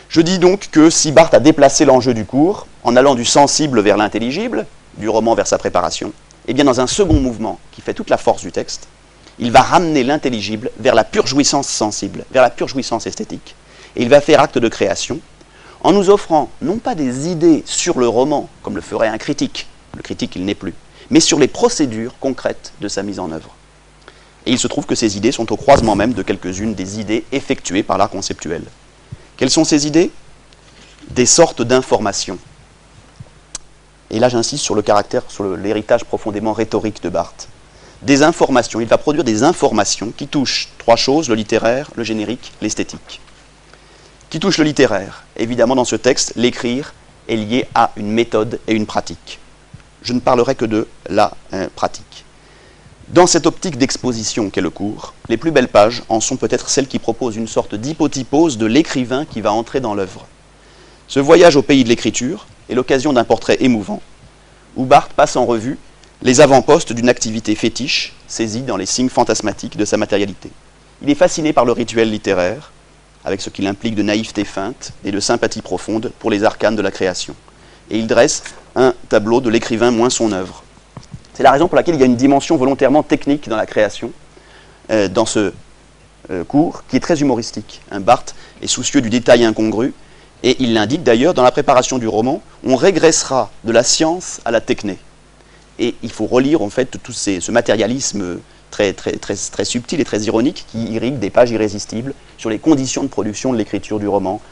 Je dis donc que si Barthes a déplacé l'enjeu du cours, en allant du sensible vers l'intelligible, du roman vers sa préparation, eh bien dans un second mouvement qui fait toute la force du texte, il va ramener l'intelligible vers la pure jouissance sensible, vers la pure jouissance esthétique, et il va faire acte de création, en nous offrant non pas des idées sur le roman, comme le ferait un critique, le critique il n'est plus, mais sur les procédures concrètes de sa mise en œuvre. Et il se trouve que ces idées sont au croisement même de quelques-unes des idées effectuées par l'art conceptuel. Quelles sont ces idées? Des sortes d'informations. Et là j'insiste sur le caractère, sur l'héritage profondément rhétorique de Barthes. Des informations, il va produire des informations qui touchent trois choses, le littéraire, le générique, l'esthétique. Qui touche le littéraire, évidemment dans ce texte, l'écrire est lié à une méthode et une pratique. Je ne parlerai que de la pratique. Dans cette optique d'exposition qu'est le cours, les plus belles pages en sont peut-être celles qui proposent une sorte d'hypotypose de l'écrivain qui va entrer dans l'œuvre. Ce voyage au pays de l'écriture est l'occasion d'un portrait émouvant, où Barthes passe en revue les avant-postes d'une activité fétiche, saisie dans les signes fantasmatiques de sa matérialité. Il est fasciné par le rituel littéraire, avec ce qu'il implique de naïveté feinte et de sympathie profonde pour les arcanes de la création. Et il dresse un tableau de l'écrivain moins son œuvre. C'est la raison pour laquelle il y a une dimension volontairement technique dans la création, dans ce cours, qui est très humoristique. Barthes est soucieux du détail incongru, et il l'indique d'ailleurs, dans la préparation du roman, on régressera de la science à la techné. Et il faut relire en fait tout ce matérialisme très subtil et très ironique qui irrigue des pages irrésistibles sur les conditions de production de l'écriture du roman.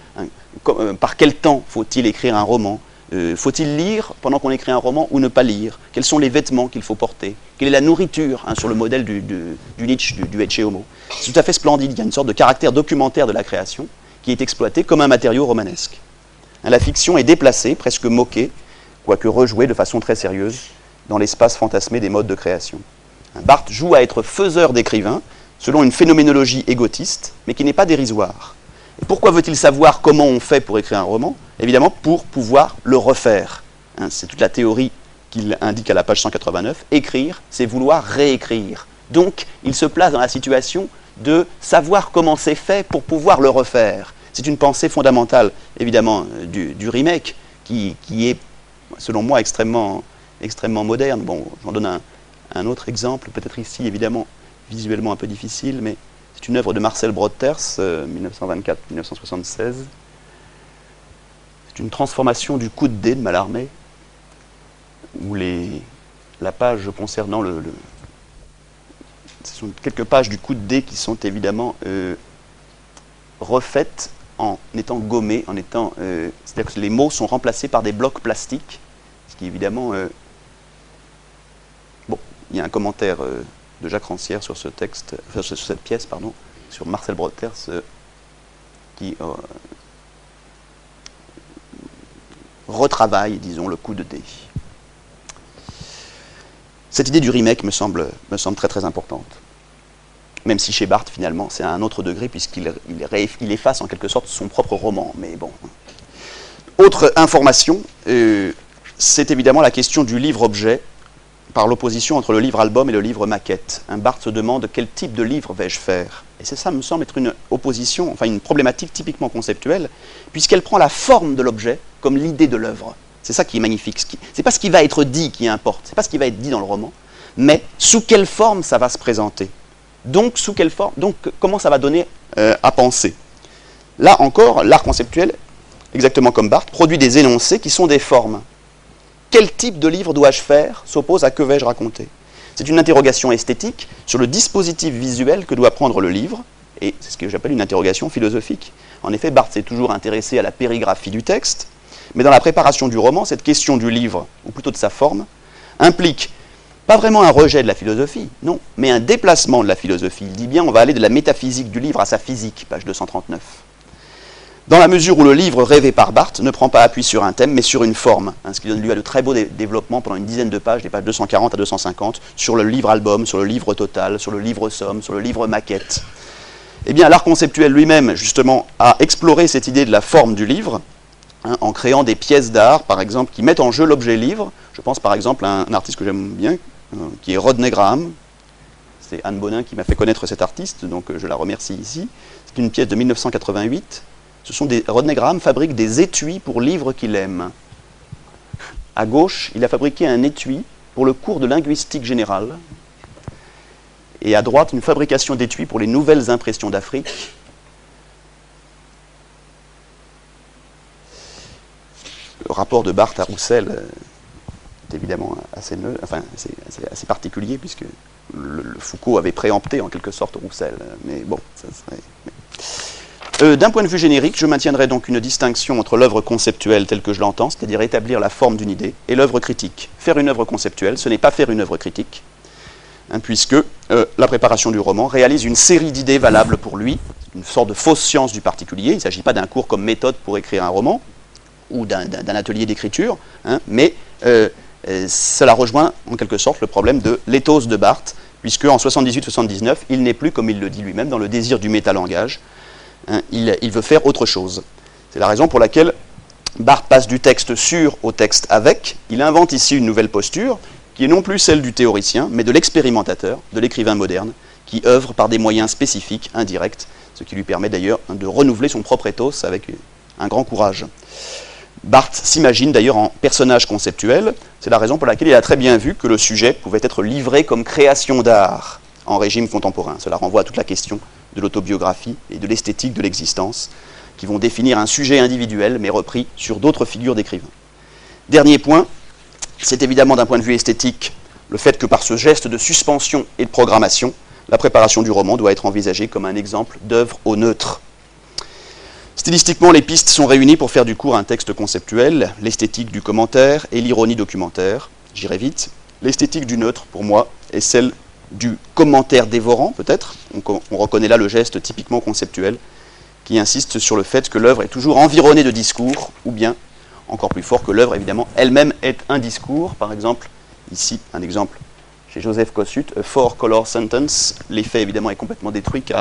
Par quel temps faut-il écrire un roman? Faut-il lire pendant qu'on écrit un roman ou ne pas lire? Quels sont les vêtements qu'il faut porter? Quelle est la nourriture, sur le modèle du Nietzsche, du Ecce Homo? C'est tout à fait splendide, il y a une sorte de caractère documentaire de la création qui est exploité comme un matériau romanesque. La fiction est déplacée, presque moquée, quoique rejouée de façon très sérieuse, dans l'espace fantasmé des modes de création. Barthes joue à être faiseur d'écrivain, selon une phénoménologie égotiste, mais qui n'est pas dérisoire. Et pourquoi veut-il savoir comment on fait pour écrire un roman? Évidemment, pour pouvoir le refaire. C'est toute la théorie qu'il indique à la page 189. Écrire, c'est vouloir réécrire. Donc, il se place dans la situation de savoir comment c'est fait pour pouvoir le refaire. C'est une pensée fondamentale, évidemment, du remake, qui est, selon moi, extrêmement moderne. Bon, j'en donne un autre exemple, peut-être ici, évidemment, visuellement un peu difficile, mais c'est une œuvre de Marcel Broters, 1924-1976. C'est une transformation du coup de dé de Mallarmé, où la page concernant ce sont quelques pages du coup de dé qui sont évidemment refaites en étant gommées, c'est-à-dire que les mots sont remplacés par des blocs plastiques, ce qui évidemment... il y a un commentaire de Jacques Rancière sur ce texte, sur cette pièce, pardon, sur Marcel Broters, qui retravaille, disons, le coup de dé. Cette idée du remake me semble très très importante. Même si chez Barthes, finalement, c'est à un autre degré, puisqu'il efface en quelque sorte son propre roman. Mais bon. Autre information, c'est évidemment la question du livre-objet, par l'opposition entre le livre-album et le livre-maquette. Barthes se demande quel type de livre vais-je faire. Et ça me semble être une opposition, enfin une problématique typiquement conceptuelle, puisqu'elle prend la forme de l'objet comme l'idée de l'œuvre. C'est ça qui est magnifique. C'est pas ce qui va être dit qui importe, c'est pas ce qui va être dit dans le roman, mais sous quelle forme ça va se présenter. Donc, sous quelle forme, donc comment ça va donner à penser. Là encore, l'art conceptuel, exactement comme Barthes, produit des énoncés qui sont des formes. Quel type de livre dois-je faire s'oppose à que vais-je raconter. C'est une interrogation esthétique sur le dispositif visuel que doit prendre le livre, et c'est ce que j'appelle une interrogation philosophique. En effet, Barthes s'est toujours intéressé à la périgraphie du texte, mais dans la préparation du roman, cette question du livre, ou plutôt de sa forme, implique pas vraiment un rejet de la philosophie, non, mais un déplacement de la philosophie. Il dit bien, on va aller de la métaphysique du livre à sa physique, page 239. Dans la mesure où le livre rêvé par Barthes ne prend pas appui sur un thème, mais sur une forme, ce qui donne lieu à de très beaux développements pendant une dizaine de pages, des pages 240 à 250, sur le livre-album, sur le livre total, sur le livre-somme, sur le livre-maquette. Eh bien, l'art conceptuel lui-même, justement, a exploré cette idée de la forme du livre, en créant des pièces d'art, par exemple, qui mettent en jeu l'objet livre. Je pense, par exemple, à un artiste que j'aime bien, qui est Rodney Graham. C'est Anne Bonin qui m'a fait connaître cet artiste, donc je la remercie ici. C'est une pièce de 1988, Rodney Graham fabrique des étuis pour livres qu'il aime. À gauche, il a fabriqué un étui pour le cours de linguistique générale. Et à droite, une fabrication d'étuis pour les nouvelles impressions d'Afrique. Le rapport de Barthes à Roussel est évidemment assez particulier, puisque le Foucault avait préempté en quelque sorte Roussel. Mais bon, ça serait... d'un point de vue générique, je maintiendrai donc une distinction entre l'œuvre conceptuelle telle que je l'entends, c'est-à-dire établir la forme d'une idée, et l'œuvre critique. Faire une œuvre conceptuelle, ce n'est pas faire une œuvre critique, puisque la préparation du roman réalise une série d'idées valables pour lui, une sorte de fausse science du particulier. Il ne s'agit pas d'un cours comme méthode pour écrire un roman, ou d'un atelier d'écriture, mais cela rejoint en quelque sorte le problème de l'éthos de Barthes, puisque en 78-79, il n'est plus, comme il le dit lui-même, dans le désir du métalangage. Il veut faire autre chose. C'est la raison pour laquelle Barthes passe du texte sur au texte avec. Il invente ici une nouvelle posture, qui est non plus celle du théoricien, mais de l'expérimentateur, de l'écrivain moderne, qui œuvre par des moyens spécifiques, indirects, ce qui lui permet d'ailleurs de renouveler son propre ethos avec un grand courage. Barthes s'imagine d'ailleurs en personnage conceptuel. C'est la raison pour laquelle il a très bien vu que le sujet pouvait être livré comme création d'art en régime contemporain. Cela renvoie à toute la question de l'autobiographie et de l'esthétique de l'existence, qui vont définir un sujet individuel, mais repris sur d'autres figures d'écrivains. Dernier point, c'est évidemment d'un point de vue esthétique, le fait que par ce geste de suspension et de programmation, la préparation du roman doit être envisagée comme un exemple d'œuvre au neutre. Stylistiquement, les pistes sont réunies pour faire du cours un texte conceptuel, l'esthétique du commentaire et l'ironie documentaire. J'irai vite. L'esthétique du neutre, pour moi, est celle du commentaire dévorant, peut-être. On reconnaît là le geste typiquement conceptuel, qui insiste sur le fait que l'œuvre est toujours environnée de discours, ou bien, encore plus fort, que l'œuvre, évidemment, elle-même est un discours. Par exemple, ici, un exemple chez Joseph Kossuth, A Four-Color Sentence. L'effet, évidemment, est complètement détruit, car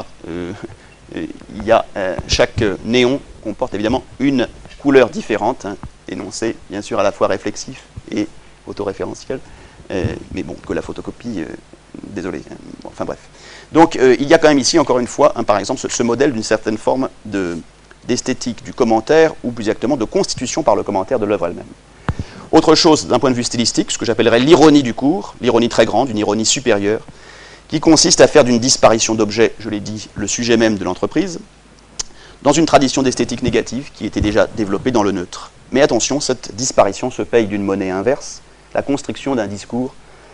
chaque néon comporte évidemment une couleur différente, énoncé bien sûr à la fois réflexif et autoréférentiel, mais bon, que la photocopie, désolé, bon, enfin bref. Donc il y a quand même ici, encore une fois, par exemple, ce modèle d'une certaine forme d'esthétique du commentaire, ou plus exactement de constitution par le commentaire de l'œuvre elle-même. Autre chose, d'un point de vue stylistique, ce que j'appellerais l'ironie du cours, l'ironie très grande, une ironie supérieure, qui consiste à faire d'une disparition d'objets, je l'ai dit, le sujet même de l'entreprise, dans une tradition d'esthétique négative qui était déjà développée dans le neutre. Mais attention, cette disparition se paye d'une monnaie inverse, la construction d'un discours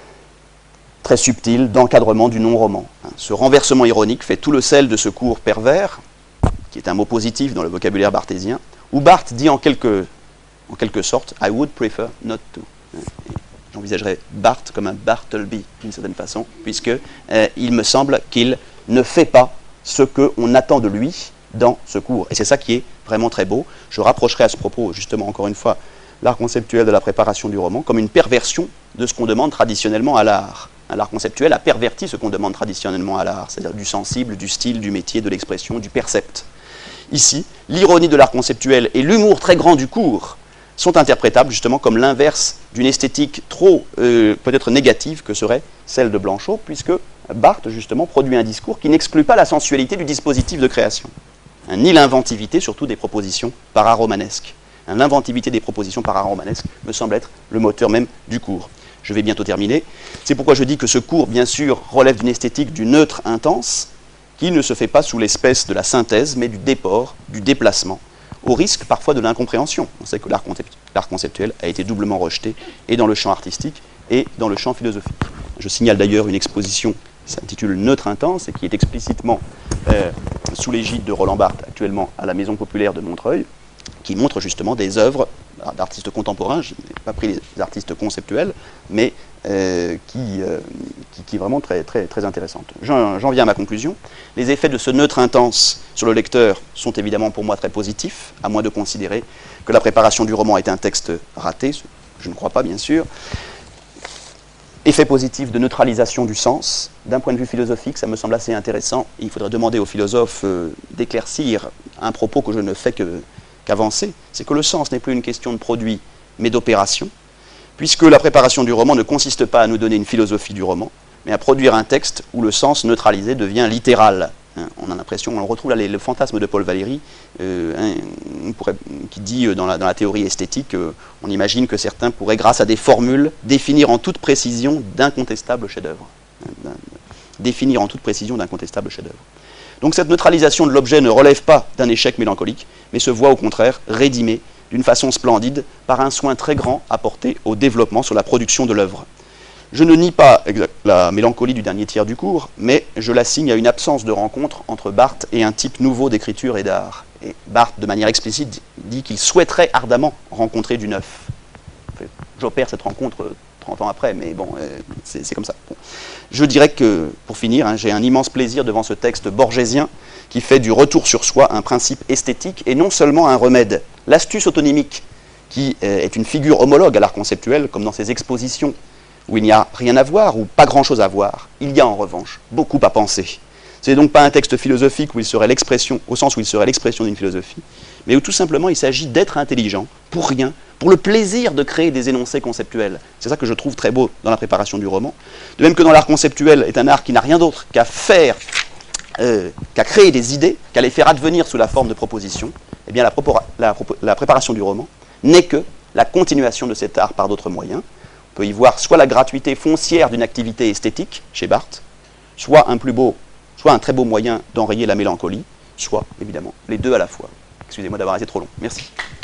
très subtil d'encadrement du non-roman. Ce renversement ironique fait tout le sel de ce cours pervers, qui est un mot positif dans le vocabulaire barthésien, où Barthes dit en quelque sorte « I would prefer not to ». J'envisagerais Barthes comme un Bartleby, d'une certaine façon, puisque il me semble qu'il ne fait pas ce qu'on attend de lui dans ce cours. Et c'est ça qui est vraiment très beau. Je rapprocherai à ce propos, justement, encore une fois, l'art conceptuel de la préparation du roman comme une perversion de ce qu'on demande traditionnellement à l'art. L'art conceptuel a perverti ce qu'on demande traditionnellement à l'art, c'est-à-dire du sensible, du style, du métier, de l'expression, du percept. Ici, l'ironie de l'art conceptuel et l'humour très grand du cours sont interprétables justement comme l'inverse d'une esthétique trop peut-être négative que serait celle de Blanchot, puisque Barthes justement produit un discours qui n'exclut pas la sensualité du dispositif de création, ni l'inventivité surtout des propositions pararomanesques. L'inventivité des propositions pararomanesques me semble être le moteur même du cours. Je vais bientôt terminer. C'est pourquoi je dis que ce cours, bien sûr, relève d'une esthétique du neutre intense, qui ne se fait pas sous l'espèce de la synthèse, mais du déport, du déplacement, au risque parfois de l'incompréhension. On sait que l'art conceptuel a été doublement rejeté, et dans le champ artistique, et dans le champ philosophique. Je signale d'ailleurs une exposition qui s'intitule Neutre intense, et qui est explicitement sous l'égide de Roland Barthes, actuellement à la Maison populaire de Montreuil, qui montre justement des œuvres d'artistes contemporains, je n'ai pas pris les artistes conceptuels, mais qui est vraiment très, très, très intéressante. J'en viens à ma conclusion. Les effets de ce neutre intense sur le lecteur sont évidemment pour moi très positifs, à moins de considérer que la préparation du roman est un texte raté, je ne crois pas bien sûr. Effet positif de neutralisation du sens. D'un point de vue philosophique, ça me semble assez intéressant. Il faudrait demander aux philosophes d'éclaircir un propos que je ne fais qu'avancer. C'est que le sens n'est plus une question de produit, mais d'opération, puisque la préparation du roman ne consiste pas à nous donner une philosophie du roman, mais à produire un texte où le sens neutralisé devient littéral. Hein, on a l'impression, on retrouve là le fantasme de Paul Valéry, qui dit dans la théorie esthétique, on imagine que certains pourraient, grâce à des formules, définir en toute précision d'incontestables chefs-d'œuvre. Définir en toute précision d'incontestables chefs-d'œuvre. Donc cette neutralisation de l'objet ne relève pas d'un échec mélancolique, mais se voit au contraire rédimée d'une façon splendide par un soin très grand apporté au développement sur la production de l'œuvre. Je ne nie pas la mélancolie du dernier tiers du cours, mais je l'assigne à une absence de rencontre entre Barthes et un type nouveau d'écriture et d'art. Et Barthes, de manière explicite, dit qu'il souhaiterait ardemment rencontrer du neuf. J'opère cette rencontre 30 ans après, mais bon, c'est comme ça. Bon. Je dirais que, pour finir, hein, j'ai un immense plaisir devant ce texte borgésien qui fait du retour sur soi un principe esthétique et non seulement un remède. L'astuce autonymique, qui est une figure homologue à l'art conceptuel, comme dans ses expositions, où il n'y a rien à voir ou pas grand-chose à voir, il y a en revanche beaucoup à penser. Ce n'est donc pas un texte philosophique où il serait l'expression, au sens où il serait l'expression d'une philosophie, mais où tout simplement il s'agit d'être intelligent, pour rien, pour le plaisir de créer des énoncés conceptuels. C'est ça que je trouve très beau dans la préparation du roman. De même que dans l'art conceptuel est un art qui n'a rien d'autre qu'à faire, qu'à créer des idées, qu'à les faire advenir sous la forme de propositions, eh bien la préparation du roman n'est que la continuation de cet art par d'autres moyens. On peut y voir soit la gratuité foncière d'une activité esthétique, chez Barthes, soit un très beau moyen d'enrayer la mélancolie, soit, évidemment, les deux à la fois. Excusez-moi d'avoir été trop long. Merci.